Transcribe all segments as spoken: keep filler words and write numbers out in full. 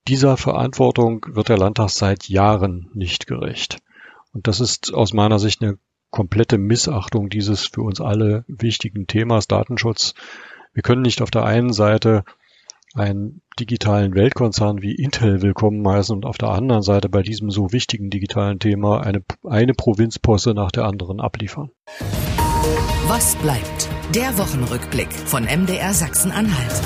Dieser Verantwortung wird der Landtag seit Jahren nicht gerecht. Und das ist aus meiner Sicht eine komplette Missachtung dieses für uns alle wichtigen Themas Datenschutz. Wir können nicht auf der einen Seite einen digitalen Weltkonzern wie Intel willkommen heißen und auf der anderen Seite bei diesem so wichtigen digitalen Thema eine, eine Provinzposse nach der anderen abliefern. Was bleibt? Der Wochenrückblick von M D R Sachsen-Anhalt.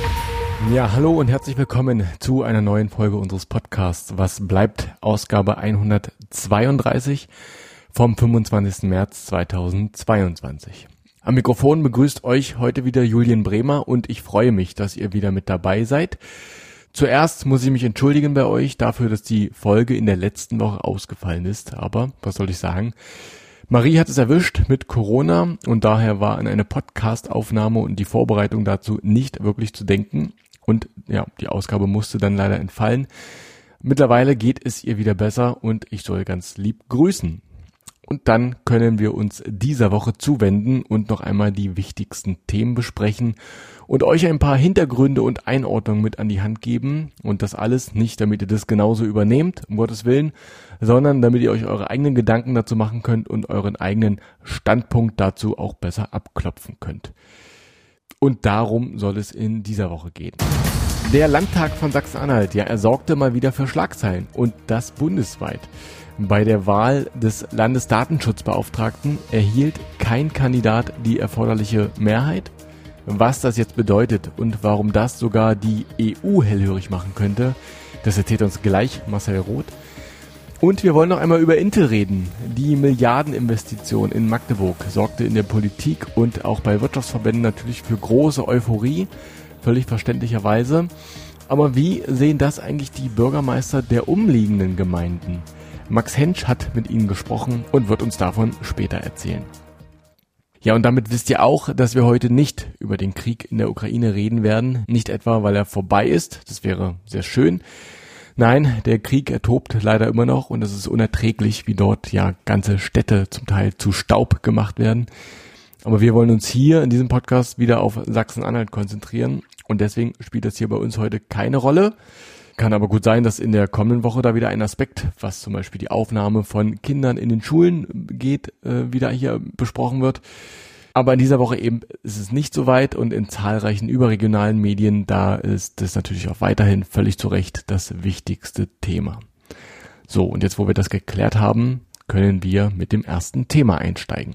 Ja, hallo und herzlich willkommen zu einer neuen Folge unseres Podcasts Was bleibt? Ausgabe hundertzweiunddreißig vom fünfundzwanzigsten März zweitausendzweiundzwanzig. Am Mikrofon begrüßt euch heute wieder Julian Bremer und ich freue mich, dass ihr wieder mit dabei seid. Zuerst muss ich mich entschuldigen bei euch dafür, dass die Folge in der letzten Woche ausgefallen ist, aber was soll ich sagen? Marie hat es erwischt mit Corona und daher war an eine Podcast-Aufnahme und die Vorbereitung dazu nicht wirklich zu denken und ja, die Ausgabe musste dann leider entfallen. Mittlerweile geht es ihr wieder besser und ich soll ganz lieb grüßen. Und dann können wir uns dieser Woche zuwenden und noch einmal die wichtigsten Themen besprechen und euch ein paar Hintergründe und Einordnungen mit an die Hand geben. Und das alles nicht, damit ihr das genauso übernehmt, um Gottes Willen, sondern damit ihr euch eure eigenen Gedanken dazu machen könnt und euren eigenen Standpunkt dazu auch besser abklopfen könnt. Und darum soll es in dieser Woche gehen. Der Landtag von Sachsen-Anhalt, ja, er sorgte mal wieder für Schlagzeilen und das bundesweit. Bei der Wahl des Landesdatenschutzbeauftragten erhielt kein Kandidat die erforderliche Mehrheit. Was das jetzt bedeutet und warum das sogar die E U hellhörig machen könnte, das erzählt uns gleich Marcel Roth. Und wir wollen noch einmal über Intel reden. Die Milliardeninvestition in Magdeburg sorgte in der Politik und auch bei Wirtschaftsverbänden natürlich für große Euphorie, völlig verständlicherweise. Aber wie sehen das eigentlich die Bürgermeister der umliegenden Gemeinden? Max Hensch hat mit ihnen gesprochen und wird uns davon später erzählen. Ja, und damit wisst ihr auch, dass wir heute nicht über den Krieg in der Ukraine reden werden. Nicht etwa, weil er vorbei ist, das wäre sehr schön. Nein, der Krieg, er tobt leider immer noch und es ist unerträglich, wie dort ja ganze Städte zum Teil zu Staub gemacht werden. Aber wir wollen uns hier in diesem Podcast wieder auf Sachsen-Anhalt konzentrieren und deswegen spielt das hier bei uns heute keine Rolle. Kann aber gut sein, dass in der kommenden Woche da wieder ein Aspekt, was zum Beispiel die Aufnahme von Kindern in den Schulen geht, äh, wieder hier besprochen wird. Aber in dieser Woche eben ist es nicht so weit und in zahlreichen überregionalen Medien, da ist das natürlich auch weiterhin völlig zu Recht das wichtigste Thema. So, und jetzt, wo wir das geklärt haben, können wir mit dem ersten Thema einsteigen.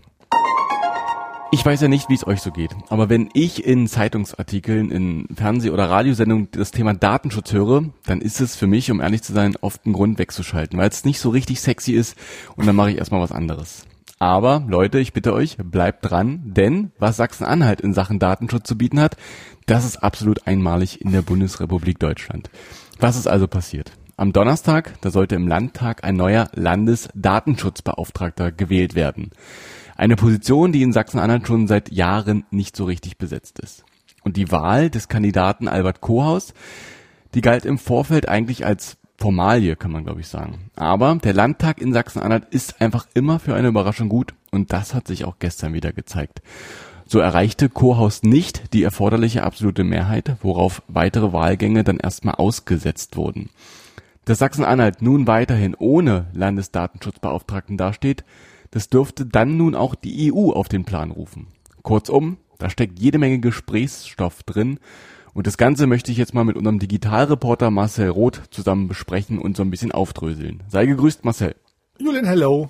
Ich weiß ja nicht, wie es euch so geht, aber wenn ich in Zeitungsartikeln, in Fernseh- oder Radiosendungen das Thema Datenschutz höre, dann ist es für mich, um ehrlich zu sein, oft ein Grund wegzuschalten, weil es nicht so richtig sexy ist und dann mache ich erstmal was anderes. Aber Leute, ich bitte euch, bleibt dran, denn was Sachsen-Anhalt in Sachen Datenschutz zu bieten hat, das ist absolut einmalig in der Bundesrepublik Deutschland. Was ist also passiert? Am Donnerstag, da sollte im Landtag ein neuer Landesdatenschutzbeauftragter gewählt werden. Eine Position, die in Sachsen-Anhalt schon seit Jahren nicht so richtig besetzt ist. Und die Wahl des Kandidaten Albert Kohaus, die galt im Vorfeld eigentlich als Formalie, kann man glaube ich sagen. Aber der Landtag in Sachsen-Anhalt ist einfach immer für eine Überraschung gut und das hat sich auch gestern wieder gezeigt. So erreichte Kohaus nicht die erforderliche absolute Mehrheit, worauf weitere Wahlgänge dann erstmal ausgesetzt wurden. Dass Sachsen-Anhalt nun weiterhin ohne Landesdatenschutzbeauftragten dasteht, das dürfte dann nun auch die E U auf den Plan rufen. Kurzum, da steckt jede Menge Gesprächsstoff drin und das Ganze möchte ich jetzt mal mit unserem Digitalreporter Marcel Roth zusammen besprechen und so ein bisschen aufdröseln. Sei gegrüßt, Marcel. Julian, hello.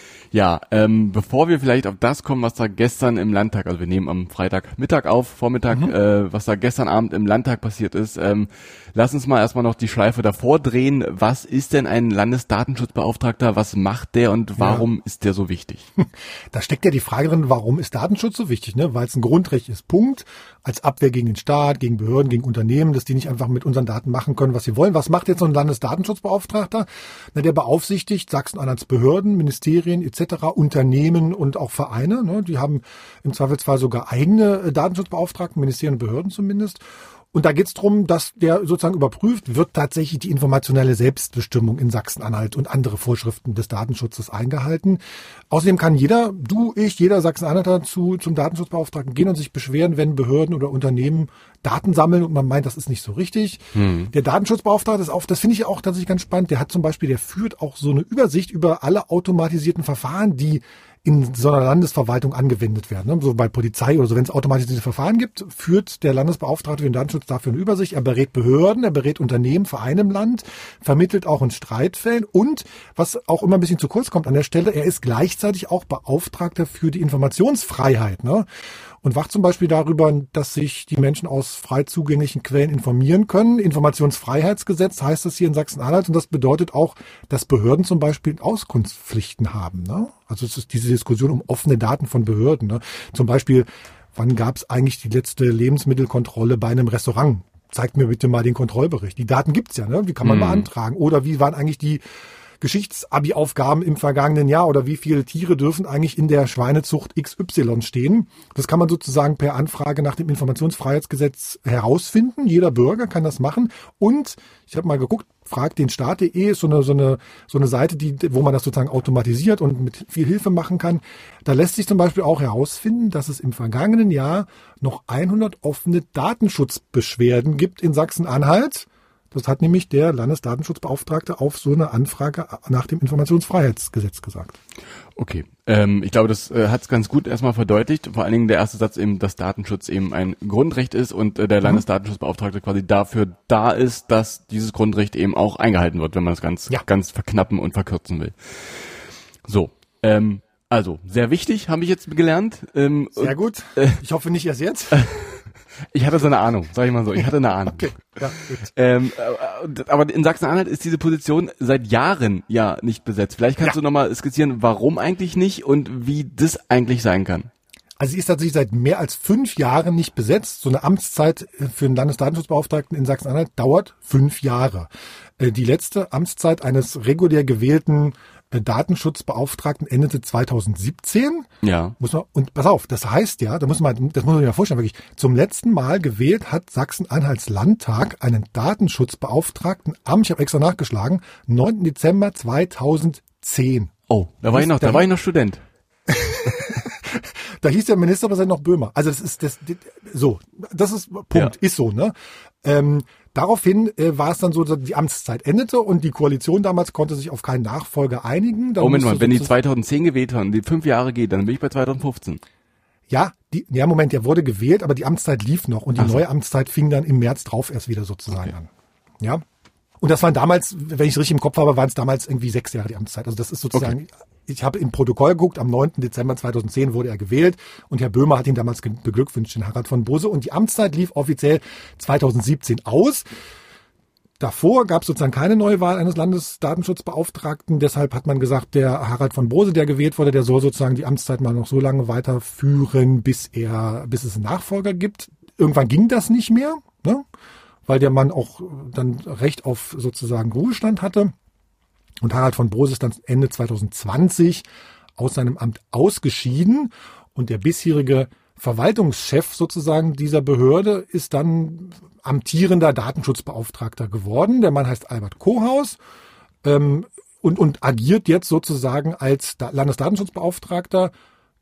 Ja, ähm, bevor wir vielleicht auf das kommen, was da gestern im Landtag, also wir nehmen am Freitagmittag auf, Vormittag, mhm. äh, was da gestern Abend im Landtag passiert ist, ähm, lass uns mal erstmal noch die Schleife davor drehen. Was ist denn ein Landesdatenschutzbeauftragter? Was macht der und warum ja. ist der so wichtig? Da steckt ja die Frage drin, warum ist Datenschutz so wichtig? Ne? Weil es ein Grundrecht ist, Punkt. Als Abwehr gegen den Staat, gegen Behörden, gegen Unternehmen, dass die nicht einfach mit unseren Daten machen können, was sie wollen. Was macht jetzt so ein Landesdatenschutzbeauftragter? Na, der beaufsichtigt Sachsen-Anhalts Behörden, Ministerien et cetera, Unternehmen und auch Vereine. Ne? Die haben im Zweifelsfall sogar eigene Datenschutzbeauftragten, Ministerien und Behörden zumindest. Und da geht es darum, dass der sozusagen überprüft, wird tatsächlich die informationelle Selbstbestimmung in Sachsen-Anhalt und andere Vorschriften des Datenschutzes eingehalten. Außerdem kann jeder, du, ich, jeder Sachsen-Anhalter zu zum Datenschutzbeauftragten gehen und sich beschweren, wenn Behörden oder Unternehmen Daten sammeln und man meint, das ist nicht so richtig. Hm. Der Datenschutzbeauftragte ist auch, das finde ich auch tatsächlich ganz spannend, der hat zum Beispiel, der führt auch so eine Übersicht über alle automatisierten Verfahren, die in so einer Landesverwaltung angewendet werden. So bei Polizei oder so, wenn es automatisierte Verfahren gibt, führt der Landesbeauftragte für den Datenschutz dafür eine Übersicht. Er berät Behörden, er berät Unternehmen, Vereine im Land, vermittelt auch in Streitfällen und, was auch immer ein bisschen zu kurz kommt an der Stelle, er ist gleichzeitig auch Beauftragter für die Informationsfreiheit, ne? Und wacht zum Beispiel darüber, dass sich die Menschen aus frei zugänglichen Quellen informieren können. Informationsfreiheitsgesetz heißt das hier in Sachsen-Anhalt und das bedeutet auch, dass Behörden zum Beispiel Auskunftspflichten haben, ne? Also es ist diese Diskussion um offene Daten von Behörden, ne? Zum Beispiel, wann gab es eigentlich die letzte Lebensmittelkontrolle bei einem Restaurant? Zeigt mir bitte mal den Kontrollbericht. Die Daten gibt's ja, ne? Wie kann man mhm. beantragen? Oder wie waren eigentlich die Geschichts-Abi-Aufgaben im vergangenen Jahr oder wie viele Tiere dürfen eigentlich in der Schweinezucht X Y stehen? Das kann man sozusagen per Anfrage nach dem Informationsfreiheitsgesetz herausfinden. Jeder Bürger kann das machen. Und ich habe mal geguckt, fragt den Staat punkt de ist so eine, so eine, so eine Seite, die, wo man das sozusagen automatisiert und mit viel Hilfe machen kann. Da lässt sich zum Beispiel auch herausfinden, dass es im vergangenen Jahr noch hundert offene Datenschutzbeschwerden gibt in Sachsen-Anhalt. Das hat nämlich der Landesdatenschutzbeauftragte auf so eine Anfrage nach dem Informationsfreiheitsgesetz gesagt. Okay, ähm, ich glaube, das äh, hat es ganz gut erstmal verdeutlicht. Vor allen Dingen der erste Satz eben, dass Datenschutz eben ein Grundrecht ist und äh, der mhm. Landesdatenschutzbeauftragte quasi dafür da ist, dass dieses Grundrecht eben auch eingehalten wird, wenn man das ganz, ja. ganz verknappen und verkürzen will. So, ähm, also sehr wichtig, habe ich jetzt gelernt. Ähm, sehr und, gut. Äh, ich hoffe nicht erst jetzt. Ich hatte so eine Ahnung, sag ich mal so. Ich hatte eine Ahnung. Okay, ja, gut. Ähm, aber in Sachsen-Anhalt ist diese Position seit Jahren ja nicht besetzt. Vielleicht kannst ja. du nochmal skizzieren, warum eigentlich nicht und wie das eigentlich sein kann. Also sie ist tatsächlich seit mehr als fünf Jahren nicht besetzt. So eine Amtszeit für einen Landesdatenschutzbeauftragten in Sachsen-Anhalt dauert fünf Jahre. Die letzte Amtszeit eines regulär gewählten Datenschutzbeauftragten endete zweitausendsiebzehn. Ja. Muss man, und pass auf, das heißt ja, da muss man, das muss man sich mal vorstellen, wirklich, zum letzten Mal gewählt hat Sachsen-Anhalts Landtag einen Datenschutzbeauftragten am, ich habe extra nachgeschlagen, neunten Dezember zweitausendzehn. Oh, da war ich noch, da war ich noch Student. Da hieß der Ministerpräsident noch Böhmer. Also das ist das, das so, das ist Punkt, ja. Ist so, ne? Ähm, daraufhin äh, war es dann so, die Amtszeit endete und die Koalition damals konnte sich auf keinen Nachfolger einigen. Dann Moment mal, wenn die zweitausendzehn gewählt haben, die fünf Jahre geht, dann bin ich bei zweitausendfünfzehn. Ja, die, ja Moment, der wurde gewählt, aber die Amtszeit lief noch und die so. Neue Amtszeit fing dann im März drauf erst wieder sozusagen okay. an. Ja. Und das waren damals, wenn ich es richtig im Kopf habe, waren es damals irgendwie sechs Jahre die Amtszeit. Also das ist sozusagen, okay. Ich habe im Protokoll geguckt, am neunten Dezember zweitausendzehn wurde er gewählt und Herr Böhmer hat ihn damals beglückwünscht, den Harald von Bose. Und die Amtszeit lief offiziell zweitausendsiebzehn aus. Davor gab es sozusagen keine neue Wahl eines Landesdatenschutzbeauftragten. Deshalb hat man gesagt, der Harald von Bose, der gewählt wurde, der soll sozusagen die Amtszeit mal noch so lange weiterführen, bis er, bis es einen Nachfolger gibt. Irgendwann ging das nicht mehr, ne? Weil der Mann auch dann Recht auf sozusagen Ruhestand hatte. Und Harald von Bose ist dann Ende zweitausendzwanzig aus seinem Amt ausgeschieden. Und der bisherige Verwaltungschef sozusagen dieser Behörde ist dann amtierender Datenschutzbeauftragter geworden. Der Mann heißt Albert Kohaus ähm, und, und agiert jetzt sozusagen als Landesdatenschutzbeauftragter,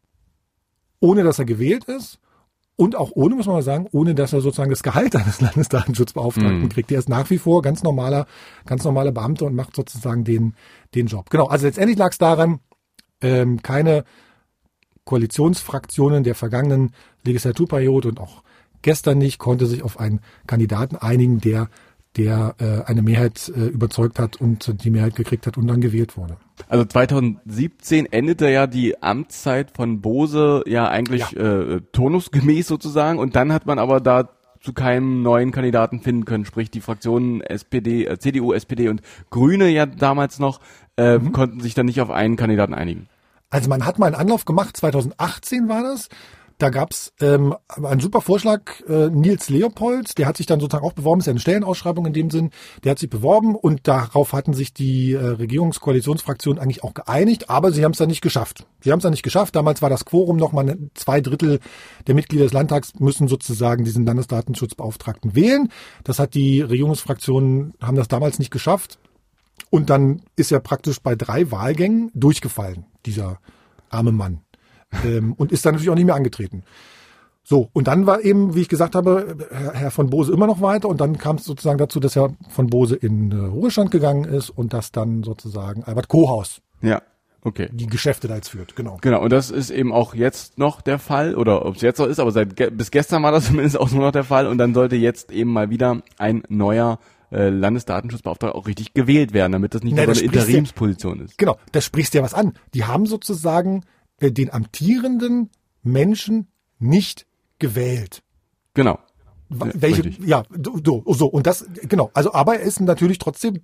ohne dass er gewählt ist. Und auch ohne, muss man mal sagen, ohne dass er sozusagen das Gehalt eines Landesdatenschutzbeauftragten mm. kriegt. Der ist nach wie vor ganz normaler, ganz normaler Beamter und macht sozusagen den, den Job. Genau, also letztendlich lag es daran, ähm, keine Koalitionsfraktionen der vergangenen Legislaturperiode und auch gestern nicht, konnte sich auf einen Kandidaten einigen, der der äh, eine Mehrheit äh, überzeugt hat und die Mehrheit gekriegt hat und dann gewählt wurde. Also zweitausendsiebzehn endete ja die Amtszeit von Bose ja eigentlich ja. Äh, turnusgemäß sozusagen und dann hat man aber da zu keinem neuen Kandidaten finden können, sprich die Fraktionen S P D, äh, C D U, S P D und Grüne ja damals noch äh, mhm. konnten sich dann nicht auf einen Kandidaten einigen. Also man hat mal einen Anlauf gemacht, zweitausendachtzehn war das. Da gab's ähm, einen super Vorschlag, äh, Nils Leopold, der hat sich dann sozusagen auch beworben, ist ja eine Stellenausschreibung in dem Sinn, der hat sich beworben und darauf hatten sich die äh, Regierungskoalitionsfraktionen eigentlich auch geeinigt, aber sie haben es dann nicht geschafft. Sie haben es dann nicht geschafft, damals war das Quorum noch mal zwei Drittel der Mitglieder des Landtags müssen sozusagen diesen Landesdatenschutzbeauftragten wählen. Das hat die Regierungsfraktionen, haben das damals nicht geschafft und dann ist er praktisch bei drei Wahlgängen durchgefallen, dieser arme Mann. Ähm, und ist dann natürlich auch nicht mehr angetreten. So, und dann war eben, wie ich gesagt habe, Herr, Herr von Bose immer noch weiter und dann kam es sozusagen dazu, dass Herr von Bose in äh, Ruhestand gegangen ist und dass dann sozusagen Albert Kohaus Ja, okay. die Geschäfte da jetzt führt, genau. Genau, und das ist eben auch jetzt noch der Fall, oder ob es jetzt noch ist, aber seit ge- bis gestern war das zumindest auch nur noch der Fall und dann sollte jetzt eben mal wieder ein neuer äh, Landesdatenschutzbeauftragter auch richtig gewählt werden, damit das nicht Na, nur so das eine sprichst Interimsposition ist. Genau, da sprichst du ja was an. Die haben sozusagen äh, den amtierenden Menschen nicht gewählt. Genau. Wa- Ja, Welche, richtig. ja, so, so, und das, genau, also, aber er ist natürlich trotzdem,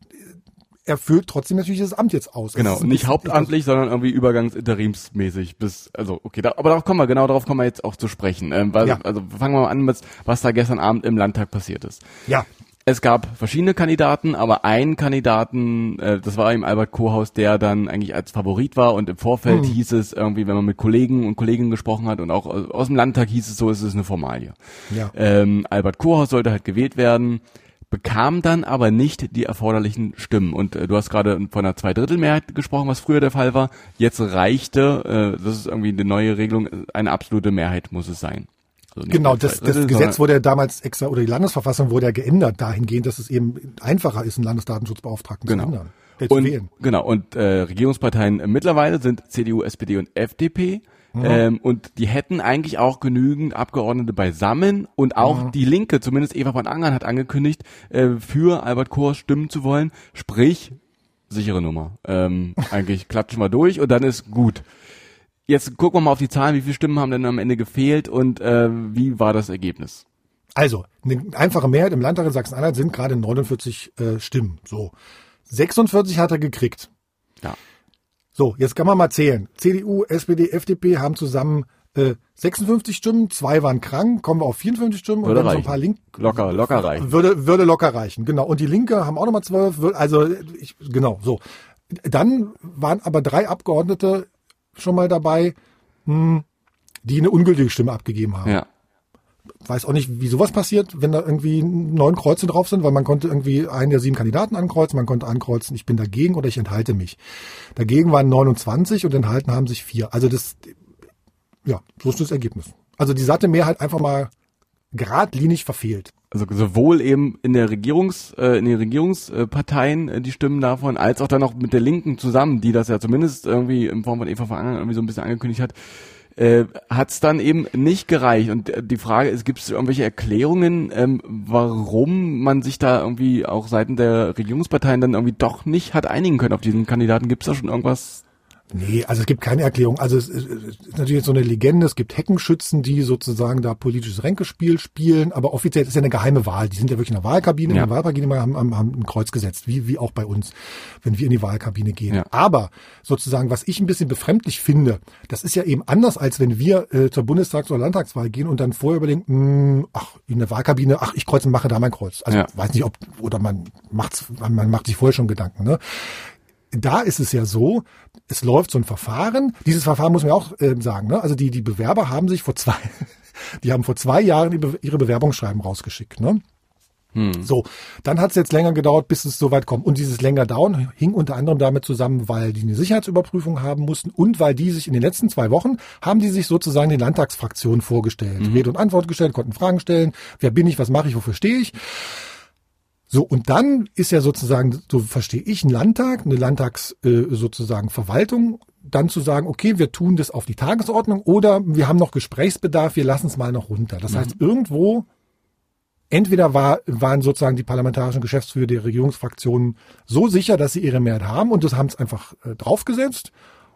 er füllt trotzdem natürlich das Amt jetzt aus. Genau, Es ist ein nicht bisschen- hauptamtlich, sondern irgendwie übergangsinterimsmäßig bis, also okay, da, aber darauf kommen wir, genau darauf kommen wir jetzt auch zu sprechen. Ähm, weil, Ja. Also fangen wir mal an mit, was da gestern Abend im Landtag passiert ist. Ja, Es gab verschiedene Kandidaten, aber einen Kandidaten, äh, das war eben Albert Kohaus, der dann eigentlich als Favorit war und im Vorfeld Mhm. hieß es irgendwie, wenn man mit Kollegen und Kolleginnen gesprochen hat und auch aus aus dem Landtag hieß es so, es ist eine Formalie. ja. Ähm, Albert Kohaus sollte halt gewählt werden, bekam dann aber nicht die erforderlichen Stimmen. Und äh, du hast gerade von einer Zweidrittelmehrheit gesprochen, was früher der Fall war. Jetzt reichte, äh, das ist irgendwie eine neue Regelung, eine absolute Mehrheit muss es sein. Also nicht Genau, nur das, zwei Drittel, das Gesetz sondern- wurde ja damals extra, oder die Landesverfassung wurde ja geändert dahingehend, dass es eben einfacher ist, einen Landesdatenschutzbeauftragten Genau. zu ändern, äh, zu und, wählen. Genau, und äh, Regierungsparteien äh, mittlerweile sind C D U, S P D und F D P. Ähm, und die hätten eigentlich auch genügend Abgeordnete beisammen und auch die Linke, zumindest Eva von Angern hat angekündigt, äh, für Albert Kohaus stimmen zu wollen. Sprich, sichere Nummer. Ähm, eigentlich klatschen wir durch und dann ist gut. Jetzt gucken wir mal auf die Zahlen, wie viele Stimmen haben denn am Ende gefehlt und äh, wie war das Ergebnis? Also, eine einfache Mehrheit im Landtag in Sachsen-Anhalt sind gerade neunundvierzig äh, Stimmen. So. sechsundvierzig hat er gekriegt. Ja. So, jetzt kann man mal zählen. C D U, S P D, F D P haben zusammen äh, sechsundfünfzig Stimmen, zwei waren krank, kommen wir auf vierundfünfzig Stimmen Würde und dann so ein reichen. paar Link Locker, locker reichen. würde würde locker reichen. Genau. Und die Linke haben auch nochmal zwölf. wür- Also ich, genau so. Dann waren aber drei Abgeordnete schon mal dabei, hm, die eine ungültige Stimme abgegeben haben. Ja. Weiß auch nicht, wie sowas passiert, wenn da irgendwie neun Kreuze drauf sind, weil man konnte irgendwie einen der sieben Kandidaten ankreuzen, man konnte ankreuzen, ich bin dagegen oder ich enthalte mich. Dagegen waren neunundzwanzig und enthalten haben sich vier. Also das, ja, so ist das Ergebnis. Also die satte Mehrheit einfach mal geradlinig verfehlt. Also sowohl eben in der Regierungs, äh, in den Regierungsparteien äh, die Stimmen davon, als auch dann noch mit der Linken zusammen, die das ja zumindest irgendwie in Form von Eva von Angern irgendwie so ein bisschen angekündigt hat, äh, hat es dann eben nicht gereicht. Und äh, die Frage ist, gibt es irgendwelche Erklärungen, ähm, warum man sich da irgendwie auch seitens der Regierungsparteien dann irgendwie doch nicht hat einigen können auf diesen Kandidaten? Gibt es da schon irgendwas? Nee, also es gibt keine Erklärung. Also es ist natürlich so eine Legende, es gibt Heckenschützen, die sozusagen da politisches Ränkespiel spielen, aber offiziell ist es ja eine geheime Wahl. Die sind ja wirklich in der Wahlkabine, Ja. in der Wahlkabine haben, haben, haben ein Kreuz gesetzt, wie, wie auch bei uns, wenn wir in die Wahlkabine gehen. Ja. Aber sozusagen, was ich ein bisschen befremdlich finde, das ist ja eben anders, als wenn wir äh, zur Bundestags- oder Landtagswahl gehen und dann vorher überlegen, mh, ach, in der Wahlkabine, ach, ich kreuze und mache da mein Kreuz. Also Ja. weiß nicht, ob, oder man macht's, man macht sich vorher schon Gedanken, ne? Da ist es ja so, es läuft so ein Verfahren. Dieses Verfahren muss man auch äh, sagen. Ne? Also die die Bewerber haben sich vor zwei, die haben vor zwei Jahren die Be- ihre Bewerbungsschreiben rausgeschickt. Ne? Hm. So, dann hat es jetzt länger gedauert, bis es soweit kommt. Und dieses länger Dauern hing unter anderem damit zusammen, weil die eine Sicherheitsüberprüfung haben mussten und weil die sich in den letzten zwei Wochen haben die sich sozusagen den Landtagsfraktionen vorgestellt, Mhm. Rede und Antwort gestellt, konnten Fragen stellen. Wer bin ich? Was mache ich? Wofür stehe ich? So, und dann ist ja sozusagen, so verstehe ich, ein Landtag, eine Landtags äh, sozusagen Verwaltung, dann zu sagen, okay, wir tun das auf die Tagesordnung oder wir haben noch Gesprächsbedarf, wir lassen es mal noch runter. Das heißt, irgendwo, entweder war, waren sozusagen die parlamentarischen Geschäftsführer der Regierungsfraktionen so sicher, dass sie ihre Mehrheit haben und das haben es einfach äh, draufgesetzt.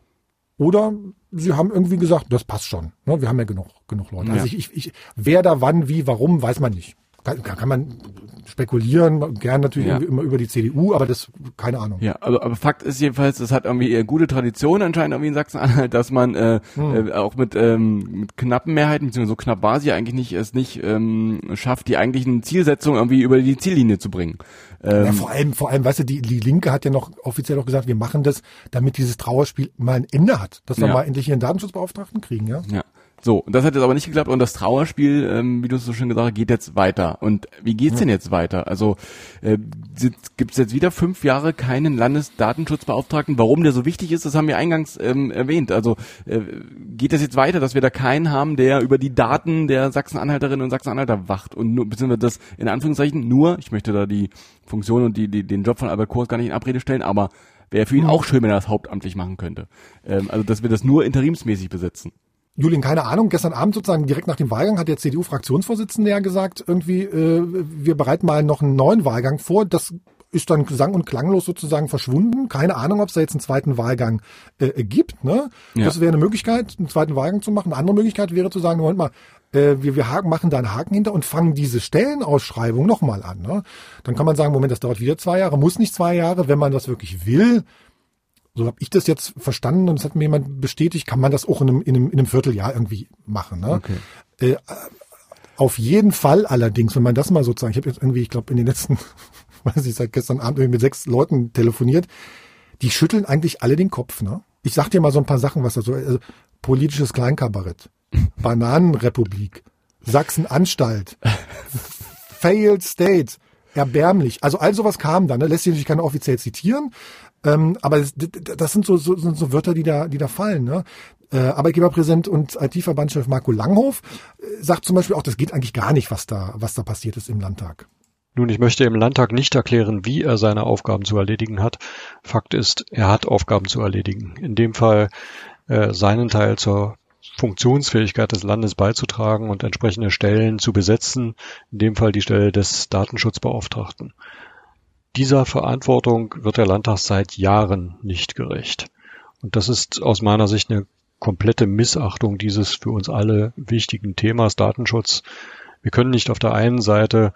Oder sie haben irgendwie gesagt, das passt schon. Ne? Wir haben ja genug, genug Leute. Also Ja. ich, ich, ich, wer da wann, wie, warum, weiß man nicht. Kann, kann man spekulieren, gern natürlich Ja. irgendwie immer über die C D U, aber das, keine Ahnung. Ja, aber, aber Fakt ist jedenfalls, es hat irgendwie eher gute Tradition anscheinend irgendwie in Sachsen-Anhalt, dass man äh, Hm. äh, auch mit, ähm, mit knappen Mehrheiten, beziehungsweise so knapp war sie eigentlich nicht, es nicht ähm, schafft, die eigentlichen Zielsetzungen irgendwie über die Ziellinie zu bringen. Ähm, Ja, vor allem, vor allem, weißt du, die, die Linke hat ja noch offiziell auch gesagt, wir machen das, damit dieses Trauerspiel mal ein Ende hat. Dass wir Ja. mal endlich hier einen Datenschutzbeauftragten kriegen, ja? Ja. So, und das hat jetzt aber nicht geklappt und das Trauerspiel, ähm, wie du es so schön gesagt hast, geht jetzt weiter. Und wie geht's ja. denn jetzt weiter? Also äh, gibt es jetzt wieder fünf Jahre keinen Landesdatenschutzbeauftragten? Warum der so wichtig ist, das haben wir eingangs ähm, erwähnt. Also äh, geht das jetzt weiter, dass wir da keinen haben, der über die Daten der Sachsen-Anhalterinnen und Sachsen-Anhalter wacht und nur, beziehungsweise das in Anführungszeichen nur, ich möchte da die Funktion und die, die den Job von Albert Kors gar nicht in Abrede stellen, aber wäre für ihn auch schön, wenn er das hauptamtlich machen könnte. Ähm, also dass wir das nur interimsmäßig besetzen. Julian, keine Ahnung, gestern Abend sozusagen direkt nach dem Wahlgang hat der C D U-Fraktionsvorsitzende ja gesagt, irgendwie, äh, wir bereiten mal noch einen neuen Wahlgang vor. Das ist dann sang- und klanglos sozusagen verschwunden. Keine Ahnung, ob es da jetzt einen zweiten Wahlgang äh, gibt. Ne? Ja. Das wäre eine Möglichkeit, einen zweiten Wahlgang zu machen. Eine andere Möglichkeit wäre zu sagen, Moment mal, äh, wir, wir haken, machen da einen Haken hinter und fangen diese Stellenausschreibung nochmal an. Ne? Dann kann man sagen, Moment, das dauert wieder zwei Jahre, muss nicht zwei Jahre, wenn man das wirklich will. So habe ich das jetzt verstanden und es hat mir jemand bestätigt, kann man das auch in einem, in einem, in einem Vierteljahr irgendwie machen. Ne? Okay. Äh, auf jeden Fall allerdings, wenn man das mal sozusagen, ich habe jetzt irgendwie, ich glaube in den letzten, weiß ich, seit gestern Abend mit sechs Leuten telefoniert, die schütteln eigentlich alle den Kopf. Ne? Ich sag dir mal so ein paar Sachen, was da so, also politisches Kleinkabarett, Bananenrepublik, Sachsen-Anstalt, Failed State, erbärmlich. Also all sowas kam da, ne? Lässt sich natürlich keiner offiziell zitieren. Ähm, aber das, das sind so, so, sind so Wörter, die da, die da fallen. Ne? Äh, Arbeitgeberpräsident und I T-Verbandschef Marco Langhoff äh, sagt zum Beispiel auch, das geht eigentlich gar nicht, was da, was da passiert ist im Landtag. Nun, ich möchte im Landtag nicht erklären, wie er seine Aufgaben zu erledigen hat. Fakt ist, er hat Aufgaben zu erledigen. In dem Fall äh, seinen Teil zur Funktionsfähigkeit des Landes beizutragen und entsprechende Stellen zu besetzen. In dem Fall die Stelle des Datenschutzbeauftragten. Dieser Verantwortung wird der Landtag seit Jahren nicht gerecht. Und das ist aus meiner Sicht eine komplette Missachtung dieses für uns alle wichtigen Themas Datenschutz. Wir können nicht auf der einen Seite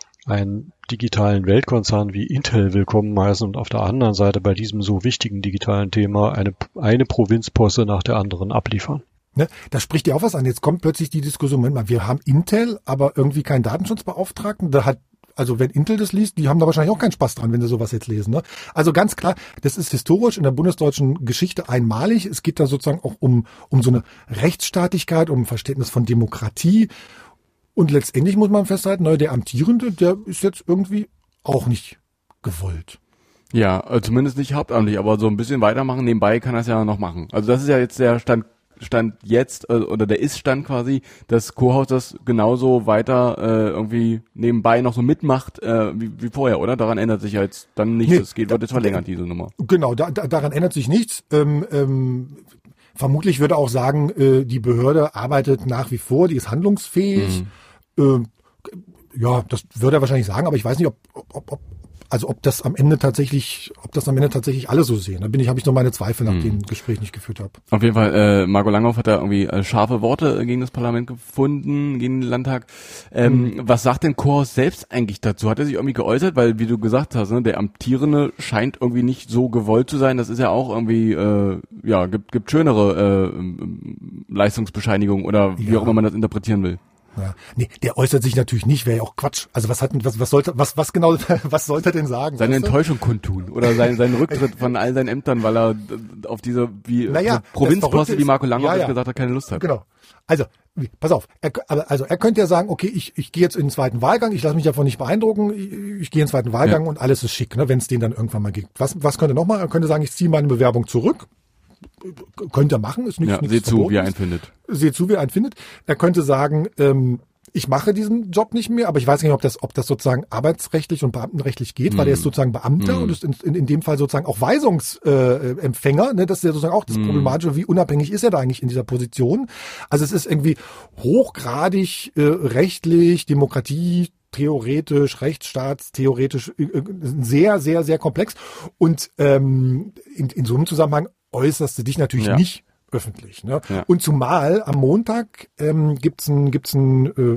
einen digitalen Weltkonzern wie Intel willkommen heißen und auf der anderen Seite bei diesem so wichtigen digitalen Thema eine, eine Provinzposse nach der anderen abliefern. Ne, da spricht ja auch was an. Jetzt kommt plötzlich die Diskussion, Moment mal, wir haben Intel, aber irgendwie keinen Datenschutzbeauftragten. Da hat Also wenn Intel das liest, die haben da wahrscheinlich auch keinen Spaß dran, wenn sie sowas jetzt lesen. Ne? Also ganz klar, das ist historisch in der bundesdeutschen Geschichte einmalig. Es geht da sozusagen auch um um so eine Rechtsstaatlichkeit, um ein Verständnis von Demokratie. Und letztendlich muss man festhalten, ne, der Amtierende, der ist jetzt irgendwie auch nicht gewollt. Ja, zumindest nicht hauptamtlich, aber so ein bisschen weitermachen nebenbei kann er es ja noch machen. Also das ist ja jetzt der Stand Stand jetzt, äh, oder der Ist-Stand quasi, dass Kohaus das genauso weiter äh, irgendwie nebenbei noch so mitmacht äh, wie, wie vorher, oder? Daran ändert sich ja jetzt dann nichts. Es nee, geht, wird jetzt verlängert, diese Nummer. Genau, da, da, daran ändert sich nichts. Ähm, ähm, vermutlich würde auch sagen, äh, die Behörde arbeitet nach wie vor, die ist handlungsfähig. Mhm. Äh, ja, das würde er wahrscheinlich sagen, aber ich weiß nicht, ob, ob, ob Also ob das am Ende tatsächlich, ob das am Ende tatsächlich alle so sehen. Da bin ich, habe ich noch meine Zweifel, nachdem ich das Gespräch nicht geführt habe. Auf jeden Fall, äh, Marco Langhoff hat da irgendwie äh, scharfe Worte gegen das Parlament gefunden, gegen den Landtag. Ähm, mhm. Was sagt denn Kohaus selbst eigentlich dazu? Hat er sich irgendwie geäußert? Weil, wie du gesagt hast, ne, der Amtierende scheint irgendwie nicht so gewollt zu sein. Das ist ja auch irgendwie, äh, ja, gibt, gibt schönere äh, Leistungsbescheinigungen oder wie ja. auch immer man das interpretieren will. Ja, nee, der äußert sich natürlich nicht, wäre ja auch Quatsch. Also was hat was was sollte was was genau was sollte er denn sagen? Seine Enttäuschung kundtun oder sein seinen Rücktritt von all seinen Ämtern, weil er auf diese wie naja, Provinzposte, wie Marco Langhoff ja, ja. gesagt hat, keine Lust hat. Genau. Also, pass auf, er, also er könnte ja sagen, okay, ich ich gehe jetzt in den zweiten Wahlgang, ich lasse mich davon nicht beeindrucken, ich, ich gehe in den zweiten Wahlgang ja. und alles ist schick, ne, wenn es den dann irgendwann mal gibt. Was was könnte er noch mal? Er könnte sagen, ich ziehe meine Bewerbung zurück. Könnte er machen, ist nichts, ja, nichts seht zu, wie er einen findet. Seht zu, wie er einen findet. Er könnte sagen, ähm, ich mache diesen Job nicht mehr, aber ich weiß nicht, ob das, ob das sozusagen arbeitsrechtlich und beamtenrechtlich geht, mm. weil er ist sozusagen Beamter mm. und ist in, in, in dem Fall sozusagen auch Weisungsempfänger. Äh, ne? Das ist ja sozusagen auch das mm. Problematische, wie unabhängig ist er da eigentlich in dieser Position? Also es ist irgendwie hochgradig äh, rechtlich, Demokratie, theoretisch, rechtsstaatstheoretisch äh, sehr, sehr, sehr komplex. Und ähm, in, in so einem Zusammenhang äußerst du dich natürlich ja. nicht öffentlich. Ne? Ja. Und zumal am Montag ähm, gibt's ein gibt's ein äh,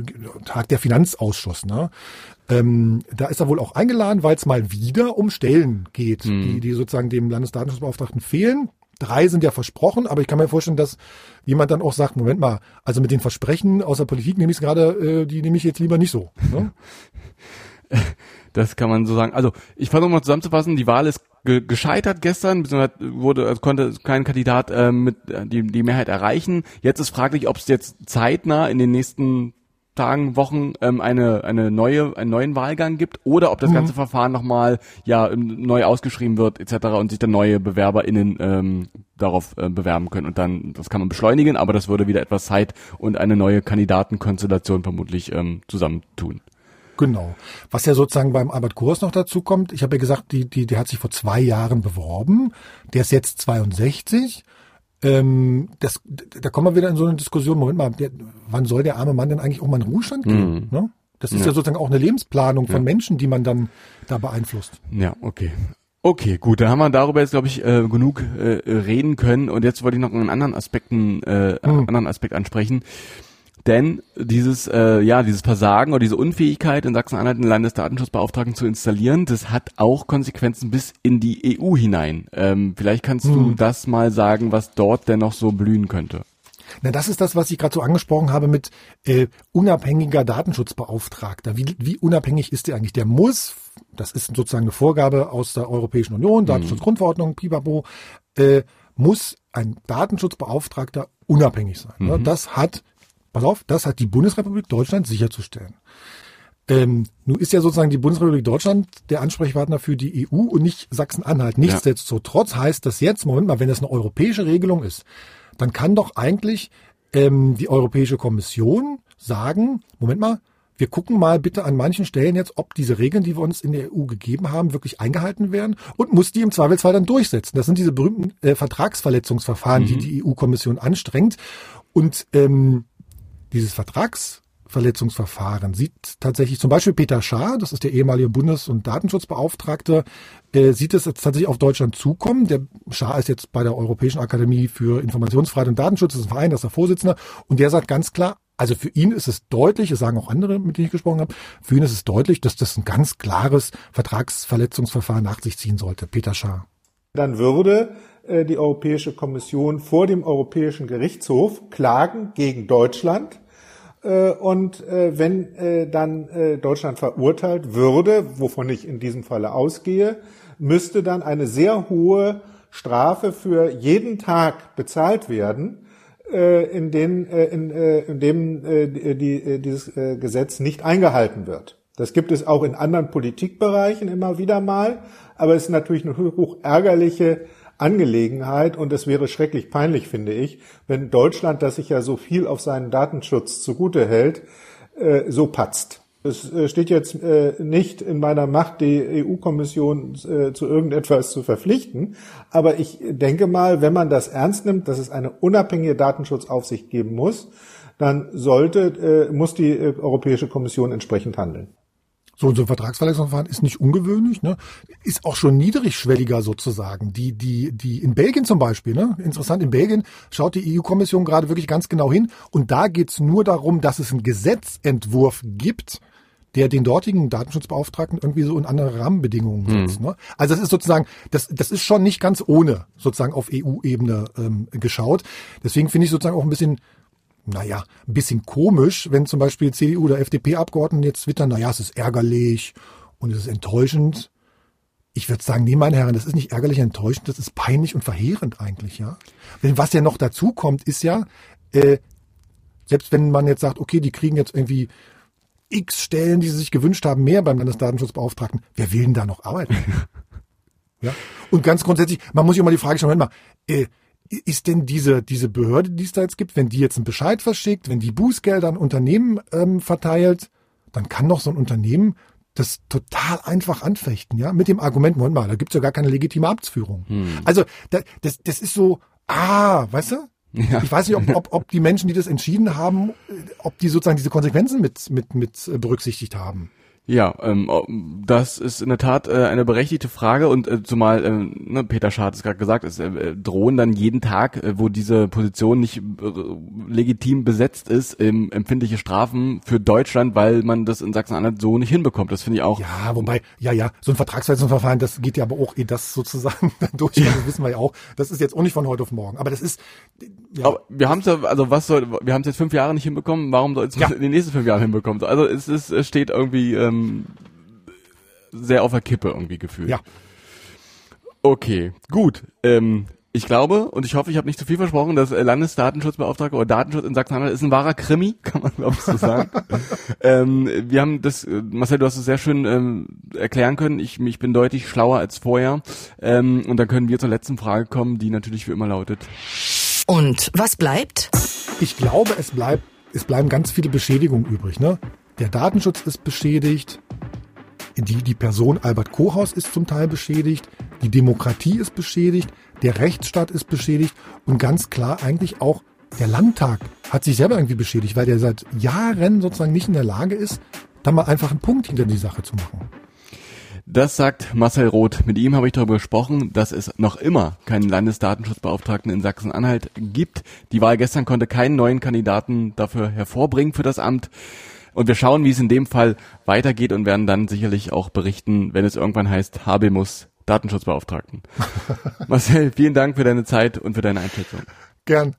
Tag der Finanzausschuss. Ne? Ähm, da ist er wohl auch eingeladen, weil es mal wieder um Stellen geht, mhm. die die sozusagen dem Landesdatenschutzbeauftragten fehlen. Drei sind ja versprochen, aber ich kann mir vorstellen, dass jemand dann auch sagt, Moment mal, also mit den Versprechen aus der Politik nehme ich es gerade, äh, die nehme ich jetzt lieber nicht so. Ne? Das kann man so sagen. Also ich versuche mal zusammenzufassen, die Wahl ist ge- gescheitert gestern, beziehungsweise wurde, also konnte kein Kandidat äh, mit die, die Mehrheit erreichen. Jetzt ist fraglich, ob es jetzt zeitnah in den nächsten Tagen, Wochen ähm, eine eine neue einen neuen Wahlgang gibt oder ob das ganze mhm. Verfahren nochmal ja neu ausgeschrieben wird et cetera und sich dann neue BewerberInnen ähm, darauf äh, bewerben können und dann das kann man beschleunigen, aber das würde wieder etwas Zeit und eine neue Kandidatenkonstellation vermutlich ähm, zusammentun. Genau. Was ja sozusagen beim Albert Kurs noch dazu kommt, ich habe ja gesagt, die die der hat sich vor zwei Jahren beworben, der ist jetzt zweiundsechzig. Ähm, das, da kommen wir wieder in so eine Diskussion, Moment mal, der, wann soll der arme Mann denn eigentlich auch mal in den Ruhestand gehen? Mhm. Ne? Das ist ja. ja sozusagen auch eine Lebensplanung von ja. Menschen, die man dann da beeinflusst. Ja, okay. Okay, gut, dann haben wir darüber jetzt, glaube ich, äh, genug äh, reden können und jetzt wollte ich noch einen anderen Aspekten, äh, mhm. einen anderen Aspekt ansprechen. Denn dieses, äh, ja, dieses Versagen oder diese Unfähigkeit in Sachsen-Anhalt einen Landesdatenschutzbeauftragten zu installieren, das hat auch Konsequenzen bis in die E U hinein. Ähm, vielleicht kannst hm. du das mal sagen, was dort denn noch so blühen könnte. Na, das ist das, was ich gerade so angesprochen habe mit äh, unabhängiger Datenschutzbeauftragter. Wie, wie unabhängig ist der eigentlich? Der muss, das ist sozusagen eine Vorgabe aus der Europäischen Union, Datenschutzgrundverordnung, Pipapo, äh, muss ein Datenschutzbeauftragter unabhängig sein. Mhm. Ne? Das hat Pass auf, das hat die Bundesrepublik Deutschland sicherzustellen. Ähm, nun ist ja sozusagen die Bundesrepublik Deutschland der Ansprechpartner für die E U und nicht Sachsen-Anhalt. Nichtsdestotrotz ja. heißt das jetzt, Moment mal, wenn das eine europäische Regelung ist, dann kann doch eigentlich ähm, die Europäische Kommission sagen, Moment mal, wir gucken mal bitte an manchen Stellen jetzt, ob diese Regeln, die wir uns in der E U gegeben haben, wirklich eingehalten werden und muss die im Zweifelsfall dann durchsetzen. Das sind diese berühmten äh, Vertragsverletzungsverfahren, mhm. die die E U-Kommission anstrengt. Und ähm, dieses Vertragsverletzungsverfahren sieht tatsächlich zum Beispiel Peter Schaar, das ist der ehemalige Bundes- und Datenschutzbeauftragte, äh, sieht es jetzt tatsächlich auf Deutschland zukommen. Der Schaar ist jetzt bei der Europäischen Akademie für Informationsfreiheit und Datenschutz, das ist ein Verein, das ist der Vorsitzende, und der sagt ganz klar, also für ihn ist es deutlich, das sagen auch andere, mit denen ich gesprochen habe, für ihn ist es deutlich, dass das ein ganz klares Vertragsverletzungsverfahren nach sich ziehen sollte. Peter Schaar. Dann würde äh, die Europäische Kommission vor dem Europäischen Gerichtshof klagen gegen Deutschland. Äh, und äh, wenn äh, dann äh, Deutschland verurteilt würde, wovon ich in diesem Falle ausgehe, müsste dann eine sehr hohe Strafe für jeden Tag bezahlt werden, äh, in, den, äh, in, äh, in dem äh, die, äh, dieses äh, Gesetz nicht eingehalten wird. Das gibt es auch in anderen Politikbereichen immer wieder mal, aber es ist natürlich eine hoch ärgerliche Angelegenheit und es wäre schrecklich peinlich, finde ich, wenn Deutschland, das sich ja so viel auf seinen Datenschutz zugute hält, äh, so patzt. Es äh, steht jetzt äh, nicht in meiner Macht, die E U-Kommission äh, zu irgendetwas zu verpflichten, aber ich denke mal, wenn man das ernst nimmt, dass es eine unabhängige Datenschutzaufsicht geben muss, dann sollte, äh, muss die äh, Europäische Kommission entsprechend handeln. So, so ein Vertragsverletzungsverfahren ist nicht ungewöhnlich, ne? Ist auch schon niedrigschwelliger sozusagen. Die, die, die, in Belgien zum Beispiel, ne? Interessant, in Belgien schaut die E U-Kommission gerade wirklich ganz genau hin. Und da geht's nur darum, dass es einen Gesetzentwurf gibt, der den dortigen Datenschutzbeauftragten irgendwie so in andere Rahmenbedingungen setzt, mhm. ne? Also das ist sozusagen, das, das ist schon nicht ganz ohne sozusagen auf E U-Ebene ähm, geschaut. Deswegen finde ich sozusagen auch ein bisschen, naja, ein bisschen komisch, wenn zum Beispiel C D U oder F D P-Abgeordneten jetzt twittern, naja, es ist ärgerlich und es ist enttäuschend. Ich würde sagen, nee, meine Herren, das ist nicht ärgerlich und enttäuschend, das ist peinlich und verheerend eigentlich, ja. Denn was ja noch dazu kommt, ist ja, äh, selbst wenn man jetzt sagt, okay, die kriegen jetzt irgendwie x Stellen, die sie sich gewünscht haben, mehr beim Landesdatenschutzbeauftragten, wer will denn da noch arbeiten? Ja. Und ganz grundsätzlich, man muss sich immer die Frage stellen, Moment mal, äh, ist denn diese diese Behörde, die es da jetzt gibt, wenn die jetzt einen Bescheid verschickt, wenn die Bußgelder an Unternehmen ähm, verteilt, dann kann doch so ein Unternehmen das total einfach anfechten, ja, mit dem Argument, Moment mal, da gibt's ja gar keine legitime Amtsführung. Hm. Also da, das das ist so, ah, weißt du? Ja. Ich weiß nicht, ob, ob, ob die Menschen, die das entschieden haben, ob die sozusagen diese Konsequenzen mit mit mit berücksichtigt haben. Ja, ähm, das ist in der Tat äh, eine berechtigte Frage und äh, zumal, äh, ne, Peter Schaar hat es gerade gesagt, es äh, drohen dann jeden Tag, äh, wo diese Position nicht äh, legitim besetzt ist, ähm, empfindliche Strafen für Deutschland, weil man das in Sachsen-Anhalt so nicht hinbekommt. Das finde ich auch. Ja, wobei, ja, ja, so ein Vertragsverletzungsverfahren, das geht ja aber auch eh das sozusagen durch, ja. Das wissen wir ja auch. Das ist jetzt auch nicht von heute auf morgen, aber das ist, ja. Aber wir haben es ja, also was soll, wir haben es jetzt fünf Jahre nicht hinbekommen, warum soll es ja. in den nächsten fünf Jahren hinbekommen? Also es, ist, es steht irgendwie, ähm, sehr auf der Kippe irgendwie gefühlt. Ja. Okay, gut. Ähm, ich glaube und ich hoffe, ich habe nicht zu viel versprochen, dass Landesdatenschutzbeauftragter oder Datenschutz in Sachsen-Anhalt ist ein wahrer Krimi, kann man glaube ich so sagen. ähm, wir haben das, Marcel, du hast es sehr schön ähm, erklären können. Ich, ich bin deutlich schlauer als vorher. Ähm, und dann können wir zur letzten Frage kommen, die natürlich wie immer lautet. Und was bleibt? Ich glaube, es bleibt, es bleiben ganz viele Beschädigungen übrig, ne? Der Datenschutz ist beschädigt. Die, die Person Albert Kohaus ist zum Teil beschädigt. Die Demokratie ist beschädigt. Der Rechtsstaat ist beschädigt. Und ganz klar eigentlich auch der Landtag hat sich selber irgendwie beschädigt, weil der seit Jahren sozusagen nicht in der Lage ist, da mal einfach einen Punkt hinter die Sache zu machen. Das sagt Marcel Roth. Mit ihm habe ich darüber gesprochen, dass es noch immer keinen Landesdatenschutzbeauftragten in Sachsen-Anhalt gibt. Die Wahl gestern konnte keinen neuen Kandidaten dafür hervorbringen für das Amt. Und wir schauen, wie es in dem Fall weitergeht und werden dann sicherlich auch berichten, wenn es irgendwann heißt, Habemus Datenschutzbeauftragten. Marcel, vielen Dank für deine Zeit und für deine Einschätzung. Gern.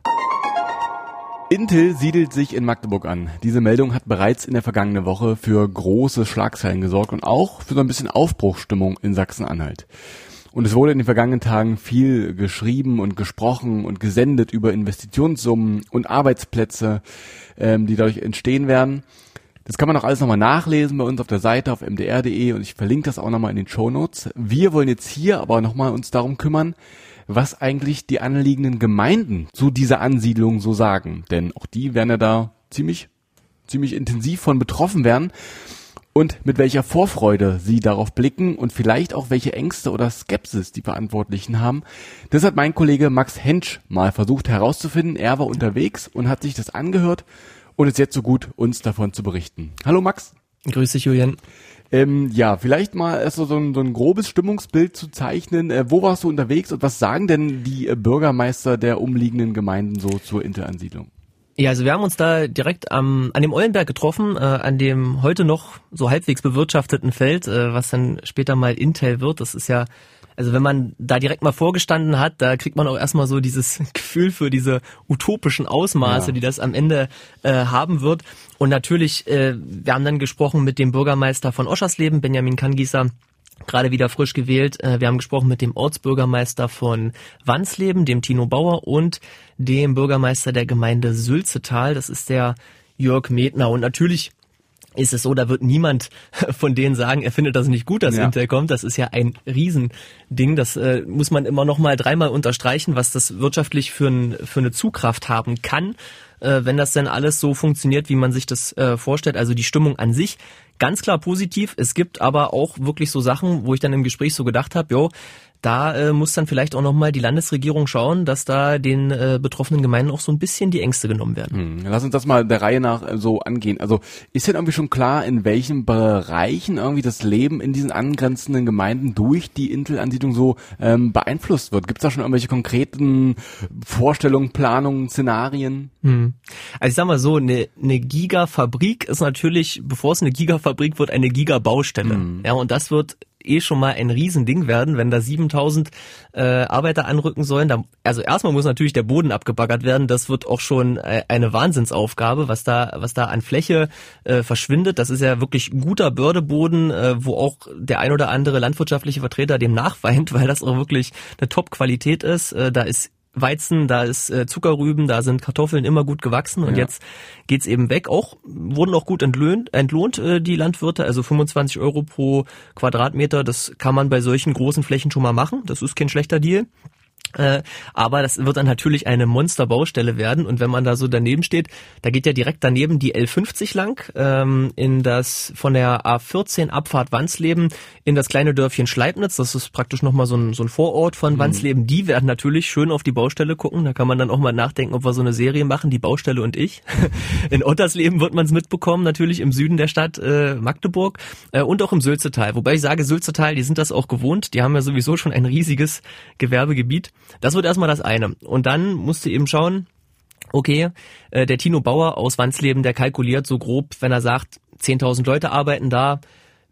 Intel siedelt sich in Magdeburg an. Diese Meldung hat bereits in der vergangenen Woche für große Schlagzeilen gesorgt und auch für so ein bisschen Aufbruchsstimmung in Sachsen-Anhalt. Und es wurde in den vergangenen Tagen viel geschrieben und gesprochen und gesendet über Investitionssummen und Arbeitsplätze, ähm, die dadurch entstehen werden. Das kann man auch alles nochmal nachlesen bei uns auf der Seite auf m d r punkt d e und ich verlinke das auch nochmal in den Shownotes. Wir wollen jetzt hier aber nochmal uns darum kümmern, was eigentlich die anliegenden Gemeinden zu dieser Ansiedlung so sagen. Denn auch die werden ja da ziemlich, ziemlich intensiv von betroffen werden. Und mit welcher Vorfreude sie darauf blicken und vielleicht auch welche Ängste oder Skepsis die Verantwortlichen haben. Das hat mein Kollege Max Hentsch mal versucht herauszufinden. Er war unterwegs und hat sich das angehört und ist jetzt so gut, uns davon zu berichten. Hallo Max. Grüß dich, Julian. Ähm, ja, vielleicht mal erst so, so, ein, so ein grobes Stimmungsbild zu zeichnen. Äh, wo warst du unterwegs und was sagen denn die äh, Bürgermeister der umliegenden Gemeinden so zur Intel-Ansiedlung? Ja, also wir haben uns da direkt am, an dem Eulenberg getroffen, äh, an dem heute noch so halbwegs bewirtschafteten Feld, äh, was dann später mal Intel wird. Das ist ja, also wenn man da direkt mal vorgestanden hat, da kriegt man auch erstmal so dieses Gefühl für diese utopischen Ausmaße, ja, die das am Ende äh, haben wird. Und natürlich, äh, wir haben dann gesprochen mit dem Bürgermeister von Oschersleben, Benjamin Kangießer, gerade wieder frisch gewählt. Äh, wir haben gesprochen mit dem Ortsbürgermeister von Wansleben, dem Tino Bauer, und dem Bürgermeister der Gemeinde Sülzetal, das ist der Jörg Medner. Und natürlich ist es so, da wird niemand von denen sagen, er findet das nicht gut, dass ja. Intel kommt. Das ist ja ein Riesending. Das äh, muss man immer noch mal dreimal unterstreichen, was das wirtschaftlich für, ein, für eine Zugkraft haben kann, äh, wenn das denn alles so funktioniert, wie man sich das äh, vorstellt. Also die Stimmung an sich ganz klar positiv. Es gibt aber auch wirklich so Sachen, wo ich dann im Gespräch so gedacht habe, jo, da äh, muss dann vielleicht auch nochmal die Landesregierung schauen, dass da den äh, betroffenen Gemeinden auch so ein bisschen die Ängste genommen werden. Hm, lass uns das mal der Reihe nach äh, so angehen. Also ist denn irgendwie schon klar, in welchen Bereichen irgendwie das Leben in diesen angrenzenden Gemeinden durch die Intel-Ansiedlung so ähm, beeinflusst wird? Gibt es da schon irgendwelche konkreten Vorstellungen, Planungen, Szenarien? Hm. Also ich sag mal so, eine, eine Gigafabrik ist natürlich, bevor es eine Gigafabrik wird, eine Gigabaustelle. Hm. Ja, und das wird eh schon mal ein Riesending werden, wenn da siebentausend äh, Arbeiter anrücken sollen. Da, also erstmal muss natürlich der Boden abgebaggert werden. Das wird auch schon äh, eine Wahnsinnsaufgabe, was da was da an Fläche äh, verschwindet. Das ist ja wirklich guter Bördeboden, äh, wo auch der ein oder andere landwirtschaftliche Vertreter dem nachweint, weil das auch wirklich eine Top-Qualität ist. Äh, da ist Weizen, da ist äh, Zuckerrüben, da sind Kartoffeln immer gut gewachsen und ja. jetzt geht's eben weg. Auch wurden auch gut entlohnt, entlohnt äh, die Landwirte, also fünfundzwanzig Euro pro Quadratmeter. Das kann man bei solchen großen Flächen schon mal machen. Das ist kein schlechter Deal. Äh, aber das wird dann natürlich eine Monsterbaustelle werden und wenn man da so daneben steht, da geht ja direkt daneben die L fünfzig lang ähm, in das von der A vierzehn Abfahrt Wansleben in das kleine Dörfchen Schleibnitz, das ist praktisch nochmal so ein, so ein Vorort von mhm. Wansleben, die werden natürlich schön auf die Baustelle gucken, da kann man dann auch mal nachdenken, ob wir so eine Serie machen, die Baustelle und ich. In Ottersleben wird man es mitbekommen, natürlich im Süden der Stadt äh, Magdeburg äh, und auch im Sülzetal, wobei ich sage, Sülzetal, die sind das auch gewohnt, die haben ja sowieso schon ein riesiges Gewerbegebiet. Das wird erstmal das eine. Und dann musst du eben schauen, okay, äh, der Tino Bauer aus Wansleben, der kalkuliert so grob, wenn er sagt, zehntausend Leute arbeiten da,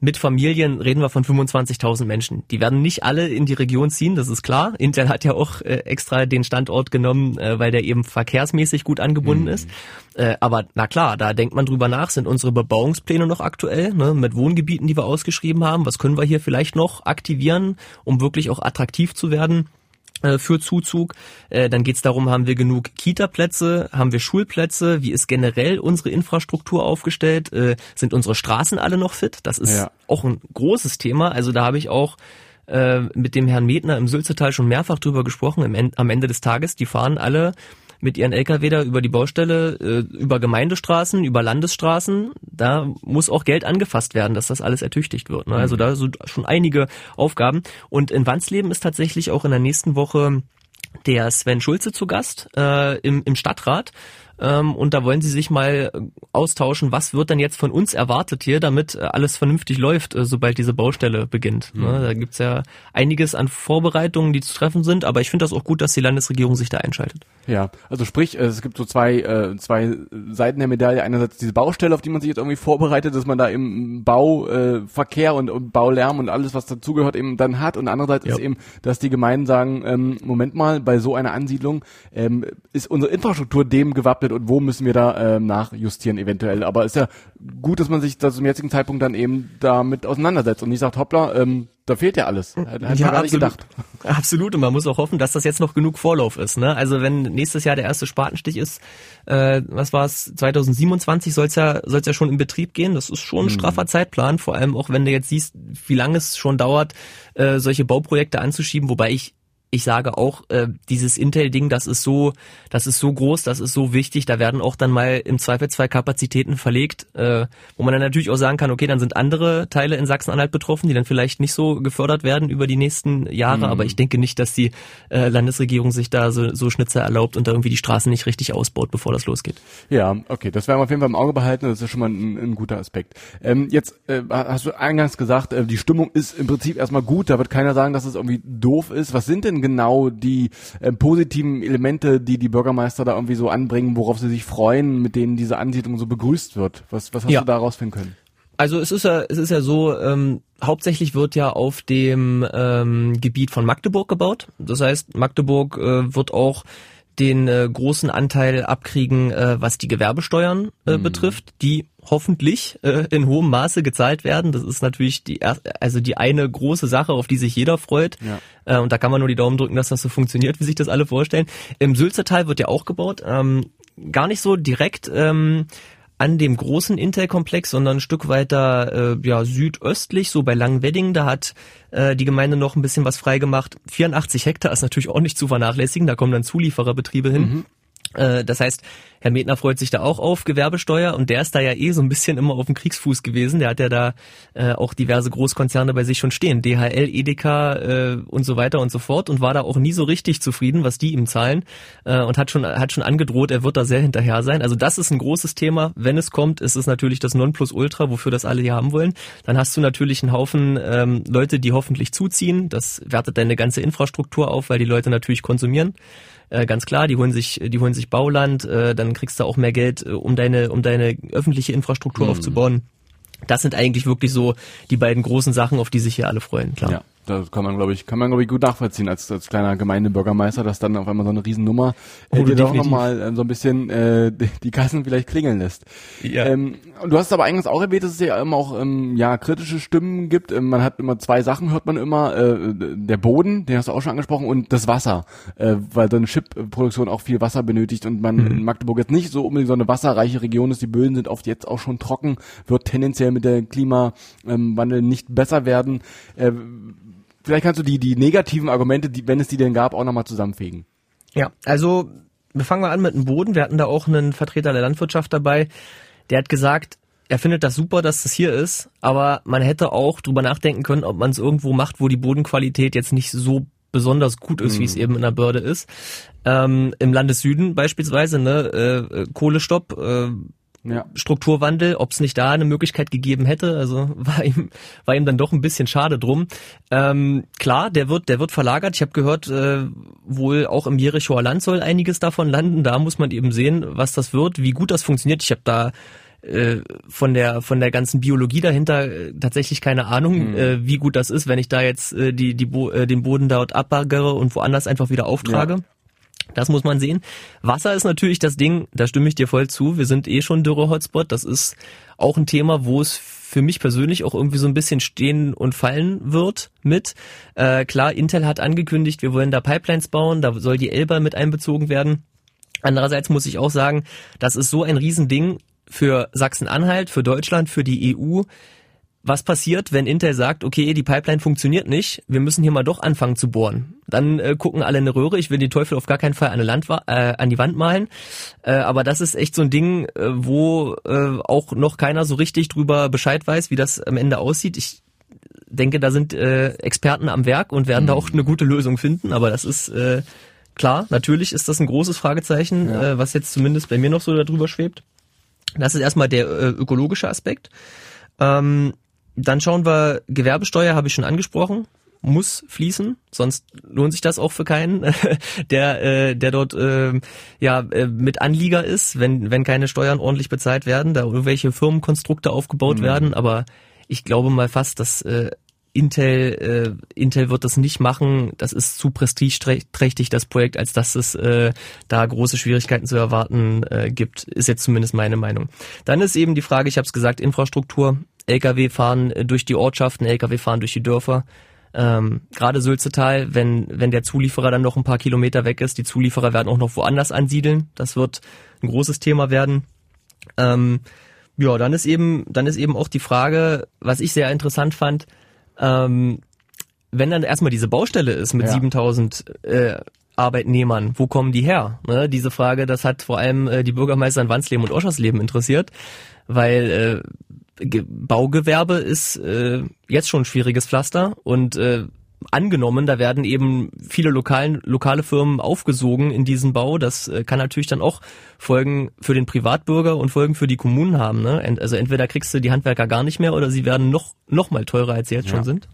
mit Familien reden wir von fünfundzwanzigtausend Menschen. Die werden nicht alle in die Region ziehen, das ist klar. Intel hat ja auch äh, extra den Standort genommen, äh, weil der eben verkehrsmäßig gut angebunden mhm. ist. Äh, aber na klar, da denkt man drüber nach, sind unsere Bebauungspläne noch aktuell, ne, mit Wohngebieten, die wir ausgeschrieben haben. Was können wir hier vielleicht noch aktivieren, um wirklich auch attraktiv zu werden für Zuzug. Dann geht es darum, haben wir genug Kita-Plätze, haben wir Schulplätze, wie ist generell unsere Infrastruktur aufgestellt, sind unsere Straßen alle noch fit? Das ist ja auch ein großes Thema. Also da habe ich auch äh, mit dem Herrn Metner im Sülzetal schon mehrfach drüber gesprochen, im, am Ende des Tages. Die fahren alle mit ihren L K W da über die Baustelle, äh, über Gemeindestraßen, über Landesstraßen. Da muss auch Geld angefasst werden, dass das alles ertüchtigt wird. Ne? Also da sind schon einige Aufgaben. Und in Wandsleben ist tatsächlich auch in der nächsten Woche der Sven Schulze zu Gast äh, im, im Stadtrat. Ähm, und da wollen sie sich mal austauschen, was wird denn jetzt von uns erwartet hier, damit alles vernünftig läuft, äh, sobald diese Baustelle beginnt. Mhm. Ne? Da gibt's ja einiges an Vorbereitungen, die zu treffen sind, aber ich finde das auch gut, dass die Landesregierung sich da einschaltet. Ja, also sprich, es gibt so zwei äh, zwei Seiten der Medaille. Einerseits diese Baustelle, auf die man sich jetzt irgendwie vorbereitet, dass man da im Bauverkehr äh, Verkehr und, und Baulärm und alles, was dazugehört, eben dann hat. Und andererseits ja. ist eben, dass die Gemeinden sagen, ähm, Moment mal, bei so einer Ansiedlung ähm, ist unsere Infrastruktur dem gewappnet und wo müssen wir da ähm, nachjustieren eventuell. Aber ist ja gut, dass man sich da zum jetzigen Zeitpunkt dann eben damit auseinandersetzt und nicht sagt, hoppla, ähm, da fehlt ja alles. Hat, hat ja, man gar nicht gedacht. Absolut. Und man muss auch hoffen, dass das jetzt noch genug Vorlauf ist. Ne? Also wenn nächstes Jahr der erste Spatenstich ist, äh, was war es, zwanzig siebenundzwanzig soll es ja, soll's ja schon in Betrieb gehen. Das ist schon ein straffer hm. Zeitplan. Vor allem auch, wenn du jetzt siehst, wie lange es schon dauert, äh, solche Bauprojekte anzuschieben. Wobei ich Ich sage auch, äh, dieses Intel-Ding, das ist so, das ist so groß, das ist so wichtig, da werden auch dann mal im Zweifelsfall Kapazitäten verlegt, äh, wo man dann natürlich auch sagen kann, okay, dann sind andere Teile in Sachsen-Anhalt betroffen, die dann vielleicht nicht so gefördert werden über die nächsten Jahre, mhm. aber ich denke nicht, dass die äh, Landesregierung sich da so, so Schnitzer erlaubt und da irgendwie die Straßen nicht richtig ausbaut, bevor das losgeht. Ja, okay, das werden wir auf jeden Fall im Auge behalten, das ist ja schon mal ein, ein guter Aspekt. Ähm, jetzt äh, hast du eingangs gesagt, äh, die Stimmung ist im Prinzip erstmal gut, da wird keiner sagen, dass es irgendwie doof ist. Was sind denn genau die äh, positiven Elemente, die die Bürgermeister da irgendwie so anbringen, worauf sie sich freuen, mit denen diese Ansiedlung so begrüßt wird? Was, was hast ja. du da rausfinden können? Also es ist ja, es ist ja so, ähm, hauptsächlich wird ja auf dem ähm, Gebiet von Magdeburg gebaut. Das heißt, Magdeburg äh, wird auch den äh, großen Anteil abkriegen, äh, was die Gewerbesteuern äh, mhm. betrifft, die hoffentlich äh, in hohem Maße gezahlt werden. Das ist natürlich die also die eine große Sache, auf die sich jeder freut. Ja. Äh, und da kann man nur die Daumen drücken, dass das so funktioniert, wie sich das alle vorstellen. Im Sülzetal wird ja auch gebaut. Ähm, gar nicht so direkt ähm, an dem großen Intel-Komplex, sondern ein Stück weiter äh, ja südöstlich, so bei Langenwedding. Da hat äh, die Gemeinde noch ein bisschen was freigemacht. vierundachtzig Hektar ist natürlich auch nicht zu vernachlässigen. Da kommen dann Zuliefererbetriebe hin. Mhm. Äh, das heißt, Herr Metner freut sich da auch auf Gewerbesteuer und der ist da ja eh so ein bisschen immer auf dem Kriegsfuß gewesen. Der hat ja da äh, auch diverse Großkonzerne bei sich schon stehen, D H L, Edeka äh, und so weiter und so fort und war da auch nie so richtig zufrieden, was die ihm zahlen äh, und hat schon hat schon angedroht, er wird da sehr hinterher sein. Also das ist ein großes Thema. Wenn es kommt, ist es natürlich das Nonplusultra, wofür das alle hier haben wollen. Dann hast du natürlich einen Haufen ähm, Leute, die hoffentlich zuziehen. Das wertet deine ganze Infrastruktur auf, weil die Leute natürlich konsumieren. Äh, ganz klar, die holen sich, die holen sich Bauland, äh, dann kriegst du auch mehr Geld, äh, um deine, um deine öffentliche Infrastruktur mhm. aufzubauen. Das sind eigentlich wirklich so die beiden großen Sachen, auf die sich hier alle freuen, klar. Ja. Das kann man, glaube ich, kann man, glaube ich, gut nachvollziehen als, als kleiner Gemeindebürgermeister, dass dann auf einmal so eine Riesennummer äh, dir doch nochmal äh, so ein bisschen äh, die, die Kassen vielleicht klingeln lässt. Ja. Ähm, du hast aber eigentlich auch erwähnt, dass es ja immer auch ähm, ja kritische Stimmen gibt. Ähm, man hat immer zwei Sachen, hört man immer, äh, der Boden, den hast du auch schon angesprochen, und das Wasser, äh, weil so eine Chip-Produktion auch viel Wasser benötigt und man mhm. in Magdeburg jetzt nicht so unbedingt so eine wasserreiche Region ist. Die Böden sind oft jetzt auch schon trocken, wird tendenziell mit der Klimawandel nicht besser werden. Äh, Vielleicht kannst du die, die negativen Argumente, die, wenn es die denn gab, auch nochmal zusammenfegen. Ja, also wir fangen mal an mit dem Boden. Wir hatten da auch einen Vertreter der Landwirtschaft dabei. Der hat gesagt, er findet das super, dass das hier ist, aber man hätte auch drüber nachdenken können, ob man es irgendwo macht, wo die Bodenqualität jetzt nicht so besonders gut ist, mhm. wie es eben in der Börde ist. Ähm, im Landessüden beispielsweise, ne, äh, Kohlestopp, äh, Ja. Strukturwandel, ob es nicht da eine Möglichkeit gegeben hätte, also war ihm war ihm dann doch ein bisschen schade drum. Ähm, klar, der wird der wird verlagert. Ich habe gehört, äh, wohl auch im Jerichoer Land soll einiges davon landen. Da muss man eben sehen, was das wird, wie gut das funktioniert. Ich habe da äh, von der von der ganzen Biologie dahinter äh, tatsächlich keine Ahnung, mhm. äh, wie gut das ist, wenn ich da jetzt äh, die die Bo- äh, den Boden dort abbaggere und woanders einfach wieder auftrage. Ja. Das muss man sehen. Wasser ist natürlich das Ding, da stimme ich dir voll zu. Wir sind eh schon Dürre-Hotspot. Das ist auch ein Thema, wo es für mich persönlich auch irgendwie so ein bisschen stehen und fallen wird mit. Äh, klar, Intel hat angekündigt, wir wollen da Pipelines bauen, da soll die Elba mit einbezogen werden. Andererseits muss ich auch sagen, das ist so ein Riesending für Sachsen-Anhalt, für Deutschland, für die E U. Was passiert, wenn Intel sagt, okay, die Pipeline funktioniert nicht, wir müssen hier mal doch anfangen zu bohren? Dann äh, gucken alle in eine Röhre, ich will den Teufel auf gar keinen Fall an, eine Land, äh, an die Wand malen. Äh, aber das ist echt so ein Ding, äh, wo äh, auch noch keiner so richtig drüber Bescheid weiß, wie das am Ende aussieht. Ich denke, da sind äh, Experten am Werk und werden mhm. da auch eine gute Lösung finden. Aber das ist äh, klar, natürlich ist das ein großes Fragezeichen, ja. äh, was jetzt zumindest bei mir noch so darüber schwebt. Das ist erstmal der äh, ökologische Aspekt. Ähm, Dann schauen wir, Gewerbesteuer habe ich schon angesprochen, muss fließen, sonst lohnt sich das auch für keinen, der äh, der dort äh, ja äh, mit Anlieger ist, wenn wenn keine Steuern ordentlich bezahlt werden, da irgendwelche Firmenkonstrukte aufgebaut mhm. werden. Aber ich glaube mal fast, dass äh, Intel äh, Intel wird das nicht machen. Das ist zu prestigeträchtig, das Projekt, als dass es äh, da große Schwierigkeiten zu erwarten äh, gibt. Ist jetzt zumindest meine Meinung. Dann ist eben die Frage, ich habe es gesagt, Infrastruktur. L K W fahren durch die Ortschaften, L K W fahren durch die Dörfer. Ähm, gerade Sülzetal, wenn wenn der Zulieferer dann noch ein paar Kilometer weg ist, die Zulieferer werden auch noch woanders ansiedeln. Das wird ein großes Thema werden. Ähm, ja, dann ist eben dann ist eben auch die Frage, was ich sehr interessant fand, ähm, wenn dann erstmal diese Baustelle ist mit ja. siebentausend äh, Arbeitnehmern, wo kommen die her? Ne? Diese Frage, das hat vor allem äh, die Bürgermeister in Wansleben und Oschersleben interessiert, weil äh, Baugewerbe ist äh, jetzt schon ein schwieriges Pflaster und äh, angenommen, da werden eben viele lokalen, lokale Firmen aufgesogen in diesen Bau. Das äh, kann natürlich dann auch Folgen für den Privatbürger und Folgen für die Kommunen haben. Ne? Ent, also entweder kriegst du die Handwerker gar nicht mehr oder sie werden noch noch mal teurer, als sie jetzt ja. schon sind.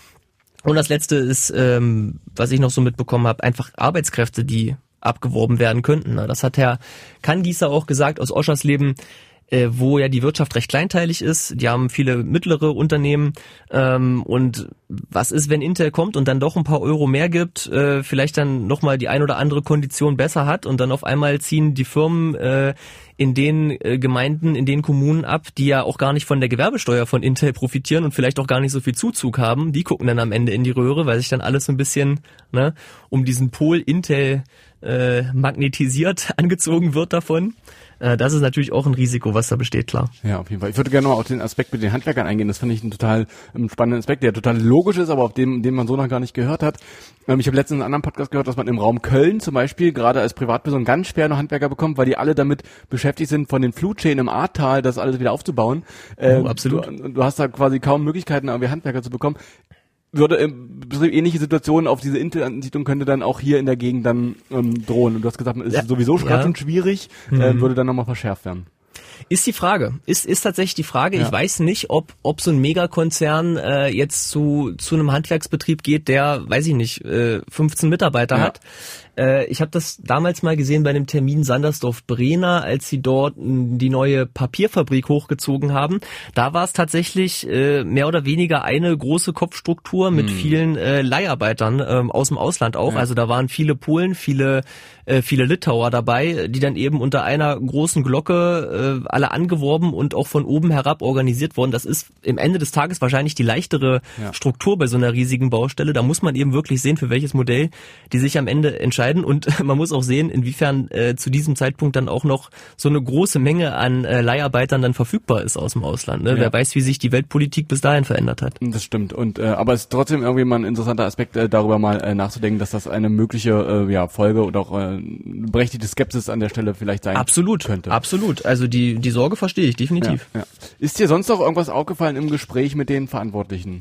Und das Letzte ist, ähm, was ich noch so mitbekommen habe, einfach Arbeitskräfte, die abgeworben werden könnten. Ne? Das hat Herr Kangießer auch gesagt aus Oschersleben, Äh, wo ja die Wirtschaft recht kleinteilig ist. Die haben viele mittlere Unternehmen. Ähm, und was ist, wenn Intel kommt und dann doch ein paar Euro mehr gibt, äh, vielleicht dann nochmal die ein oder andere Kondition besser hat und dann auf einmal ziehen die Firmen äh, in den äh, Gemeinden, in den Kommunen ab, die ja auch gar nicht von der Gewerbesteuer von Intel profitieren und vielleicht auch gar nicht so viel Zuzug haben. Die gucken dann am Ende in die Röhre, weil sich dann alles so ein bisschen ne, um diesen Pol Intel äh, magnetisiert angezogen wird davon. Das ist natürlich auch ein Risiko, was da besteht, klar. Ja, auf jeden Fall. Ich würde gerne noch auf den Aspekt mit den Handwerkern eingehen. Das fand ich einen total um, spannenden Aspekt, der total logisch ist, aber auf dem, den man so noch gar nicht gehört hat. Ähm, ich habe letztens in einem anderen Podcast gehört, dass man im Raum Köln zum Beispiel gerade als Privatperson ganz schwer noch Handwerker bekommt, weil die alle damit beschäftigt sind, von den Flutschäden im Ahrtal das alles wieder aufzubauen. Ähm, oh, absolut. Du, du hast da quasi kaum Möglichkeiten, irgendwie Handwerker zu bekommen. Würde äh, ähnliche Situationen auf diese Intel-Ansiedlung könnte dann auch hier in der Gegend dann ähm, drohen. Und du hast gesagt, es ist ja, sowieso gerade schon schwierig, mhm. äh, würde dann nochmal verschärft werden. Ist die Frage. Ist ist tatsächlich die Frage. Ja. Ich weiß nicht, ob ob so ein Megakonzern äh, jetzt zu zu einem Handwerksbetrieb geht, der, weiß ich nicht, äh, fünfzehn Mitarbeiter ja. hat. Äh, ich habe das damals mal gesehen bei dem Termin Sandersdorf-Brenner, als sie dort die neue Papierfabrik hochgezogen haben. Da war es tatsächlich äh, mehr oder weniger eine große Kopfstruktur mit hm. vielen äh, Leiharbeitern äh, aus dem Ausland auch. Ja. Also da waren viele Polen, viele äh, viele Litauer dabei, die dann eben unter einer großen Glocke äh, alle angeworben und auch von oben herab organisiert worden. Das ist im Ende des Tages wahrscheinlich die leichtere ja. Struktur bei so einer riesigen Baustelle. Da muss man eben wirklich sehen, für welches Modell die sich am Ende entscheiden. Und man muss auch sehen, inwiefern äh, zu diesem Zeitpunkt dann auch noch so eine große Menge an äh, Leiharbeitern dann verfügbar ist aus dem Ausland. Ne? Ja. Wer weiß, wie sich die Weltpolitik bis dahin verändert hat. Das stimmt. Und äh, aber es ist trotzdem irgendwie mal ein interessanter Aspekt, äh, darüber mal äh, nachzudenken, dass das eine mögliche äh, ja, Folge oder auch äh, berechtigte Skepsis an der Stelle vielleicht sein absolut, könnte. Absolut. Also die die Sorge verstehe ich definitiv. Ja, ja. Ist dir sonst noch irgendwas aufgefallen im Gespräch mit den Verantwortlichen?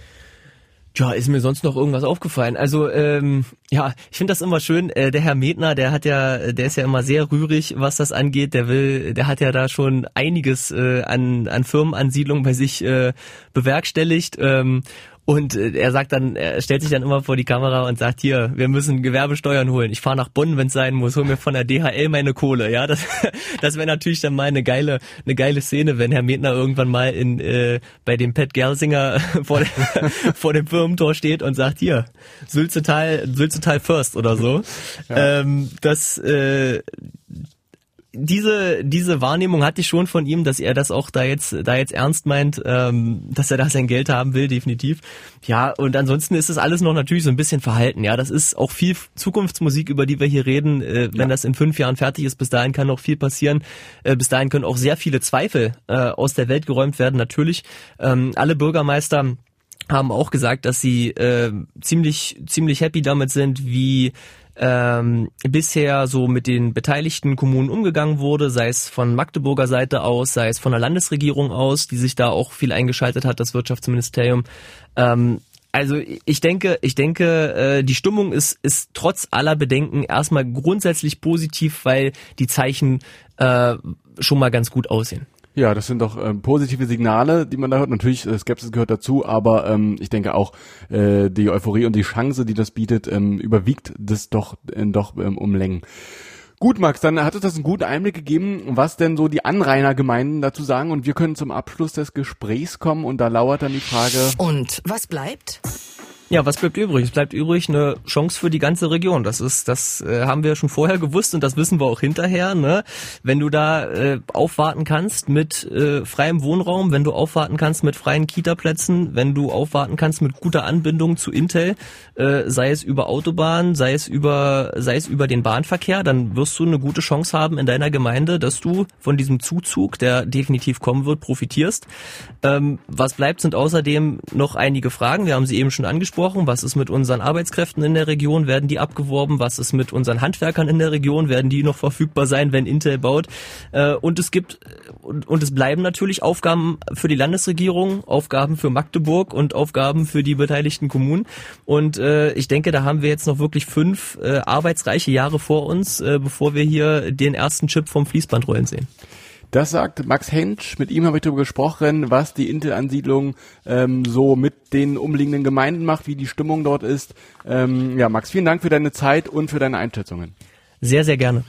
Ja, ist mir sonst noch irgendwas aufgefallen? Also ähm, ja, ich finde das immer schön. Äh, der Herr Medner, der hat ja, der ist ja immer sehr rührig, was das angeht. Der will, der hat ja da schon einiges äh, an an Firmenansiedlungen bei sich äh, bewerkstelligt. Ähm, Und äh, er sagt dann, er stellt sich dann immer vor die Kamera und sagt, hier, wir müssen Gewerbesteuern holen. Ich fahre nach Bonn, wenn es sein muss, hol mir von der D H L meine Kohle. Ja, das, das wäre natürlich dann mal eine geile, eine geile Szene, wenn Herr Metner irgendwann mal in äh, bei dem Pat Gelsinger vor, der, vor dem Firmentor steht und sagt, hier, Sülzetal, Sülzetal first oder so. Ja. Ähm, das äh, Diese diese Wahrnehmung hatte ich schon von ihm, dass er das auch da jetzt da jetzt ernst meint, ähm, dass er da sein Geld haben will, definitiv. Ja, und ansonsten ist das alles noch natürlich so ein bisschen verhalten. Ja, das ist auch viel Zukunftsmusik, über die wir hier reden. Äh, wenn ja. das in fünf Jahren fertig ist, bis dahin kann noch viel passieren. Äh, bis dahin können auch sehr viele Zweifel äh, aus der Welt geräumt werden. Natürlich, ähm, alle Bürgermeister haben auch gesagt, dass sie äh, ziemlich ziemlich happy damit sind, wie ähm, bisher so mit den beteiligten Kommunen umgegangen wurde, sei es von Magdeburger Seite aus, sei es von der Landesregierung aus, die sich da auch viel eingeschaltet hat, das Wirtschaftsministerium. Ähm, also ich denke, ich denke, äh, die Stimmung ist ist trotz aller Bedenken erstmal grundsätzlich positiv, weil die Zeichen äh, schon mal ganz gut aussehen. Ja, das sind doch ähm, positive Signale, die man da hört. Natürlich, äh, Skepsis gehört dazu, aber ähm, ich denke auch, äh, die Euphorie und die Chance, die das bietet, ähm, überwiegt das doch äh, doch ähm, um Längen. Gut, Max, dann hat uns das einen guten Einblick gegeben, was denn so die Anrainergemeinden dazu sagen, und wir können zum Abschluss des Gesprächs kommen, und da lauert dann die Frage... Und was bleibt? Ja, was bleibt übrig? Es bleibt übrig eine Chance für die ganze Region. Das ist, das äh, haben wir schon vorher gewusst und das wissen wir auch hinterher. Ne? Wenn du da äh, aufwarten kannst mit äh, freiem Wohnraum, wenn du aufwarten kannst mit freien Kita-Plätzen, wenn du aufwarten kannst mit guter Anbindung zu Intel, äh, sei es über Autobahn, sei es über, sei es über den Bahnverkehr, dann wirst du eine gute Chance haben in deiner Gemeinde, dass du von diesem Zuzug, der definitiv kommen wird, profitierst. Ähm, was bleibt, sind außerdem noch einige Fragen. Wir haben sie eben schon angesprochen. Was ist mit unseren Arbeitskräften in der Region? Werden die abgeworben? Was ist mit unseren Handwerkern in der Region? Werden die noch verfügbar sein, wenn Intel baut? Und es gibt und, und es bleiben natürlich Aufgaben für die Landesregierung, Aufgaben für Magdeburg und Aufgaben für die beteiligten Kommunen. Und äh, ich denke, da haben wir jetzt noch wirklich fünf äh, arbeitsreiche Jahre vor uns, äh, bevor wir hier den ersten Chip vom Fließband rollen sehen. Das sagt Max Hentsch. Mit ihm habe ich darüber gesprochen, was die Intel-Ansiedlung ähm, so mit den umliegenden Gemeinden macht, wie die Stimmung dort ist. Ähm, ja, Max, vielen Dank für deine Zeit und für deine Einschätzungen. Sehr, sehr gerne.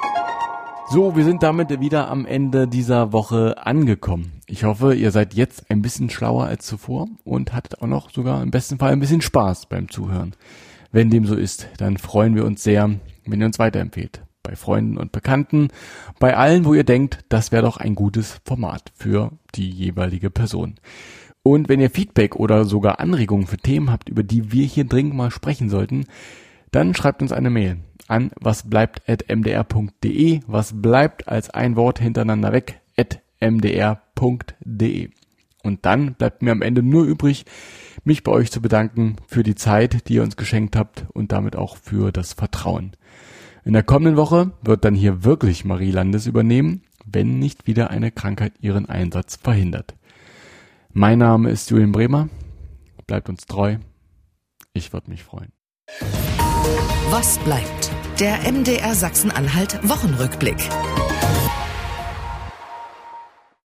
So, wir sind damit wieder am Ende dieser Woche angekommen. Ich hoffe, ihr seid jetzt ein bisschen schlauer als zuvor und hattet auch noch sogar im besten Fall ein bisschen Spaß beim Zuhören. Wenn dem so ist, dann freuen wir uns sehr, wenn ihr uns weiterempfehlt. Bei Freunden und Bekannten, bei allen, wo ihr denkt, das wäre doch ein gutes Format für die jeweilige Person. Und wenn ihr Feedback oder sogar Anregungen für Themen habt, über die wir hier dringend mal sprechen sollten, dann schreibt uns eine Mail an wasbleibt at m d r punkt d e, was bleibt als ein Wort hintereinander weg, at m d r punkt d e. Und dann bleibt mir am Ende nur übrig, mich bei euch zu bedanken für die Zeit, die ihr uns geschenkt habt und damit auch für das Vertrauen. In der kommenden Woche wird dann hier wirklich Marie Landes übernehmen, wenn nicht wieder eine Krankheit ihren Einsatz verhindert. Mein Name ist Julian Bremer. Bleibt uns treu. Ich würde mich freuen. Was bleibt? Der M D R Sachsen-Anhalt Wochenrückblick.